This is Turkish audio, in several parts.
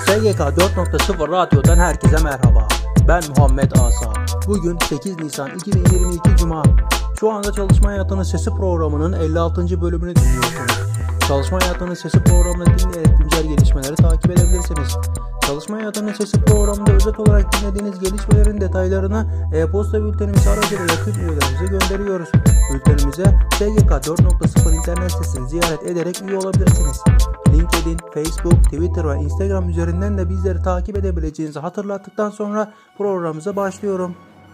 SGK 4.0 Radyo'dan herkese merhaba. Ben Muhammed Asa. Bugün 8 Nisan 2022 Cuma. Şu anda Çalışma Hayatının Sesi programının 56. bölümünü dinliyorsunuz. Çalışma Hayatının Sesi programını dinleyerek güncel gelişmeleri takip edebilirsiniz. Çalışma Hayatının Sesi programında özet olarak dinlediğiniz gelişmelerin detaylarını e-posta bültenimiz aracılığıyla tüm üyelerimize gönderiyoruz. Bültenimize SGK 4.0 internet sitesini ziyaret ederek üye olabilirsiniz. LinkedIn, Facebook, Twitter ve Instagram üzerinden de bizleri takip edebileceğinizi hatırlattıktan sonra programımıza başlıyorum.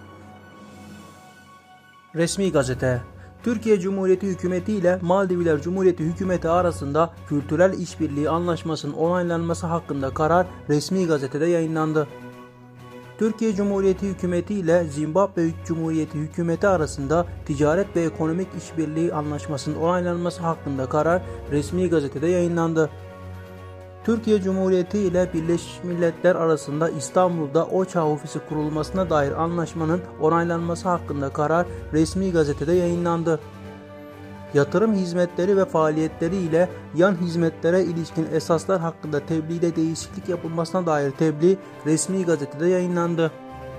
Resmi gazete. Türkiye Cumhuriyeti Hükümeti ile Maldivler Cumhuriyeti Hükümeti arasında kültürel işbirliği anlaşmasının onaylanması hakkında karar resmi gazetede yayınlandı. Türkiye Cumhuriyeti Hükümeti ile Zimbabwe Cumhuriyeti Hükümeti arasında ticaret ve ekonomik işbirliği anlaşmasının onaylanması hakkında karar resmi gazetede yayınlandı. Türkiye Cumhuriyeti ile Birleşmiş Milletler arasında İstanbul'da OÇA ofisi kurulmasına dair anlaşmanın onaylanması hakkında karar resmi gazetede yayınlandı. Yatırım hizmetleri ve faaliyetleri ile yan hizmetlere ilişkin esaslar hakkında tebliğde değişiklik yapılmasına dair tebliğ resmi gazetede yayınlandı.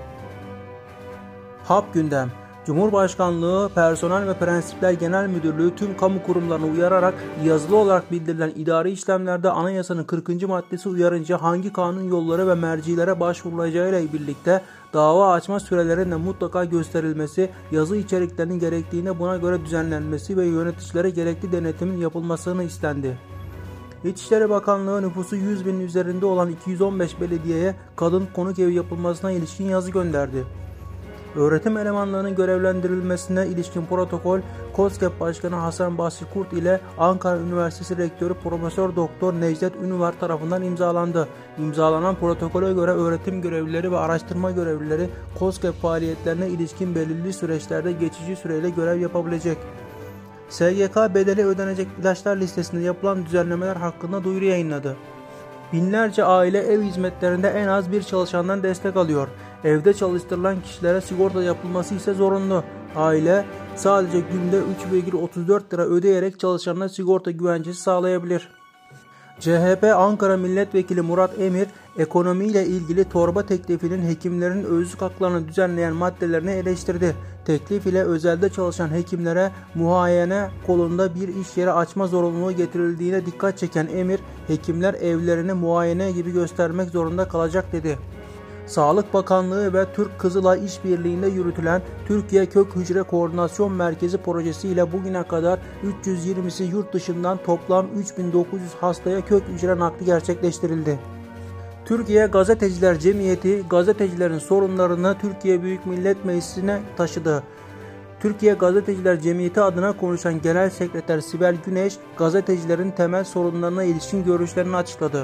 HAP gündem. Cumhurbaşkanlığı Personel ve Prensipler Genel Müdürlüğü tüm kamu kurumlarını uyararak yazılı olarak bildirilen idari işlemlerde anayasanın 40. maddesi uyarınca hangi kanun yolları ve mercilere başvurulacağıyla birlikte dava açma sürelerinin mutlaka gösterilmesi, yazı içeriklerinin gerektiğine buna göre düzenlenmesi ve yöneticilere gerekli denetimin yapılmasını istendi. İçişleri Bakanlığı nüfusu 100 binin üzerinde olan 215 belediyeye kadın konuk evi yapılmasına ilişkin yazı gönderdi. Öğretim elemanlarının görevlendirilmesine ilişkin protokol, KOSGEB Başkanı Hasan Basri Kurt ile Ankara Üniversitesi Rektörü Profesör Doktor Necdet Ünüvar tarafından imzalandı. İmzalanan protokole göre öğretim görevlileri ve araştırma görevlileri KOSGEB faaliyetlerine ilişkin belirli süreçlerde geçici süreyle görev yapabilecek. SGK bedeli ödenecek ilaçlar listesinde yapılan düzenlemeler hakkında duyuru yayınladı. Binlerce aile ev hizmetlerinde en az bir çalışandan destek alıyor. Evde çalıştırılan kişilere sigorta yapılması ise zorunlu. Aile sadece günde 3,34 lira ödeyerek çalışanına sigorta güvencesi sağlayabilir. CHP Ankara Milletvekili Murat Emir, ekonomiyle ilgili torba teklifinin hekimlerin özlük haklarını düzenleyen maddelerini eleştirdi. Teklif ile özelde çalışan hekimlere muayene kolunda bir iş yeri açma zorunluluğu getirildiğine dikkat çeken Emir, hekimler evlerini muayene gibi göstermek zorunda kalacak dedi. Sağlık Bakanlığı ve Türk Kızılay İşbirliği'nde yürütülen Türkiye Kök Hücre Koordinasyon Merkezi projesi ile bugüne kadar 320'si yurt dışından toplam 3900 hastaya kök hücre nakli gerçekleştirildi. Türkiye Gazeteciler Cemiyeti gazetecilerin sorunlarını Türkiye Büyük Millet Meclisi'ne taşıdı. Türkiye Gazeteciler Cemiyeti adına konuşan Genel Sekreter Sibel Güneş, gazetecilerin temel sorunlarına ilişkin görüşlerini açıkladı.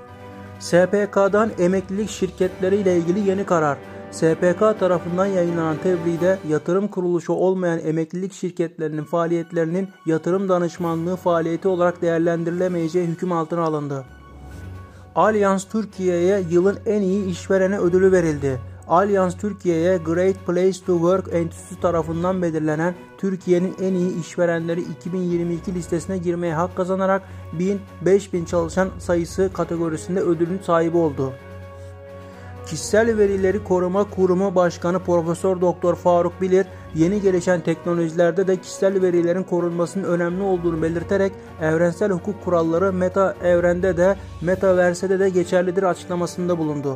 SPK'dan emeklilik şirketleri ile ilgili yeni karar. SPK tarafından yayınlanan tebliğde yatırım kuruluşu olmayan emeklilik şirketlerinin faaliyetlerinin yatırım danışmanlığı faaliyeti olarak değerlendirilemeyeceği hüküm altına alındı. Allianz Türkiye'ye yılın en iyi işvereni ödülü verildi. Allianz Türkiye'ye Great Place to Work Enstitüsü tarafından belirlenen Türkiye'nin en iyi işverenleri 2022 listesine girmeye hak kazanarak 1000-5000 çalışan sayısı kategorisinde ödülün sahibi oldu. Kişisel Verileri Koruma Kurumu Başkanı Profesör Doktor Faruk Bilir, yeni gelişen teknolojilerde de kişisel verilerin korunmasının önemli olduğunu belirterek evrensel hukuk kuralları meta evrende de metaverse'de de geçerlidir açıklamasında bulundu.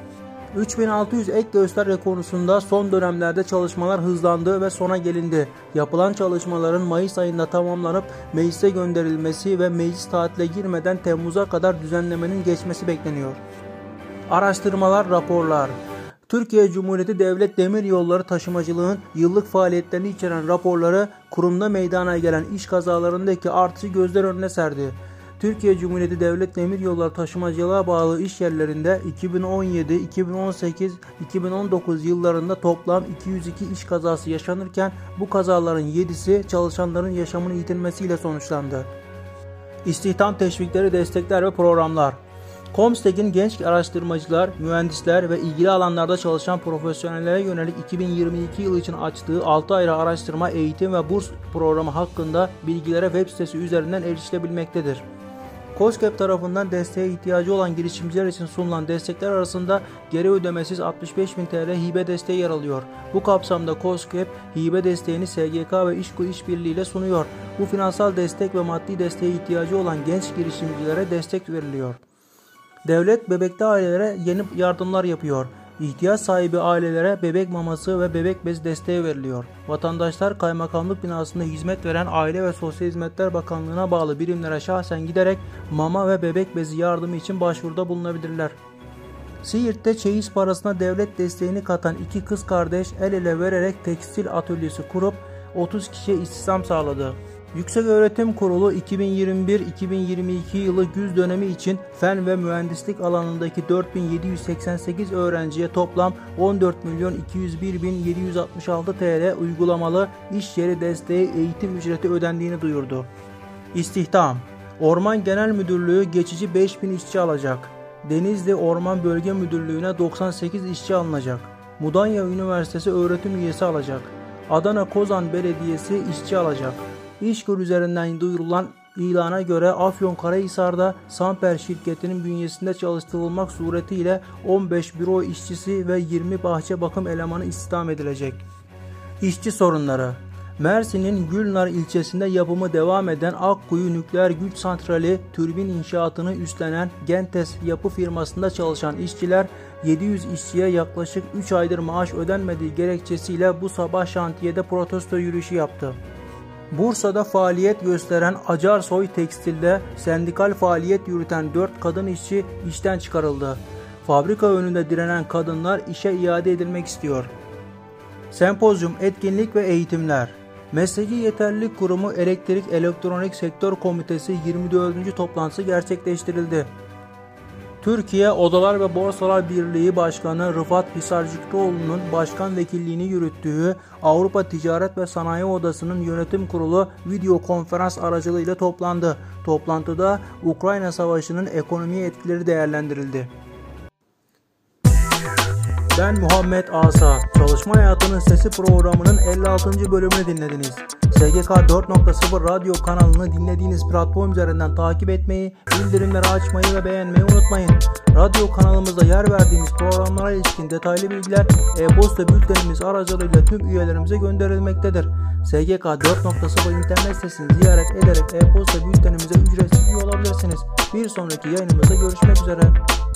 3600 ek gösterge konusunda son dönemlerde çalışmalar hızlandı ve sona gelindi. Yapılan çalışmaların Mayıs ayında tamamlanıp meclise gönderilmesi ve meclis tatile girmeden Temmuz'a kadar düzenlemenin geçmesi bekleniyor. Araştırmalar, raporlar. Türkiye Cumhuriyeti Devlet Demiryolları Taşımacılığın yıllık faaliyetlerini içeren raporları kurumda meydana gelen iş kazalarındaki artışı gözler önüne serdi. Türkiye Cumhuriyeti Devlet Demiryolları Taşımacılığa bağlı iş yerlerinde 2017, 2018, 2019 yıllarında toplam 202 iş kazası yaşanırken bu kazaların 7'si çalışanların yaşamını yitirmesiyle sonuçlandı. İstihdam teşvikleri, destekler ve programlar. Comstek'in genç araştırmacılar, mühendisler ve ilgili alanlarda çalışan profesyonellere yönelik 2022 yılı için açtığı 6 ayrı araştırma, eğitim ve burs programı hakkında bilgilere web sitesi üzerinden erişilebilmektedir. KOSGEB tarafından desteğe ihtiyacı olan girişimciler için sunulan destekler arasında geri ödemesiz 65.000 TL hibe desteği yer alıyor. Bu kapsamda KOSGEB hibe desteğini SGK ve İşkur işbirliği ile sunuyor. Bu finansal destek ve maddi desteğe ihtiyacı olan genç girişimcilere destek veriliyor. Devlet bebekli ailelere yeni yardımlar yapıyor. İhtiyaç sahibi ailelere bebek maması ve bebek bezi desteği veriliyor. Vatandaşlar kaymakamlık binasında hizmet veren Aile ve Sosyal Hizmetler Bakanlığı'na bağlı birimlere şahsen giderek mama ve bebek bezi yardımı için başvuruda bulunabilirler. Siirt'te çeyiz parasına devlet desteğini katan iki kız kardeş el ele vererek tekstil atölyesi kurup 30 kişiye istihdam sağladı. Yükseköğretim Kurulu 2021-2022 yılı güz dönemi için fen ve mühendislik alanındaki 4788 öğrenciye toplam 14.201.766 TL uygulamalı iş yeri desteği eğitim ücreti ödendiğini duyurdu. İstihdam: Orman Genel Müdürlüğü geçici 5.000 işçi alacak. Denizli Orman Bölge Müdürlüğü'ne 98 işçi alınacak. Mudanya Üniversitesi öğretim üyesi alacak. Adana Kozan Belediyesi işçi alacak. İşkur üzerinden duyurulan ilana göre Afyonkarahisar'da Samper şirketinin bünyesinde çalıştırılmak suretiyle 15 büro işçisi ve 20 bahçe bakım elemanı istihdam edilecek. İşçi sorunları: Mersin'in Gülnar ilçesinde yapımı devam eden Akkuyu Nükleer Güç Santrali türbin inşaatını üstlenen Gentes yapı firmasında çalışan işçiler 700 işçiye yaklaşık 3 aydır maaş ödenmediği gerekçesiyle bu sabah şantiyede protesto yürüyüşü yaptı. Bursa'da faaliyet gösteren Acarsoy Tekstil'de sendikal faaliyet yürüten 4 kadın işçi işten çıkarıldı. Fabrika önünde direnen kadınlar işe iade edilmek istiyor. Sempozyum, etkinlik ve eğitimler. Mesleki Yeterlilik Kurumu Elektrik Elektronik Sektör Komitesi 24. toplantısı gerçekleştirildi. Türkiye Odalar ve Borsalar Birliği Başkanı Rıfat Hisarcıklıoğlu'nun başkan vekilliğini yürüttüğü Avrupa Ticaret ve Sanayi Odası'nın yönetim kurulu video konferans aracılığıyla toplandı. Toplantıda Ukrayna Savaşı'nın ekonomiye etkileri değerlendirildi. Ben Muhammed Asa. Çalışma Hayatının Sesi programının 56. bölümünü dinlediniz. SGK 4.0 radyo kanalını dinlediğiniz platform üzerinden takip etmeyi, bildirimleri açmayı ve beğenmeyi unutmayın. Radyo kanalımızda yer verdiğimiz programlara ilişkin detaylı bilgiler e-posta bültenimiz aracılığıyla tüm üyelerimize gönderilmektedir. SGK 4.0 internet sitesini ziyaret ederek e-posta bültenimize ücretsiz üye olabilirsiniz. Bir sonraki yayınımızda görüşmek üzere.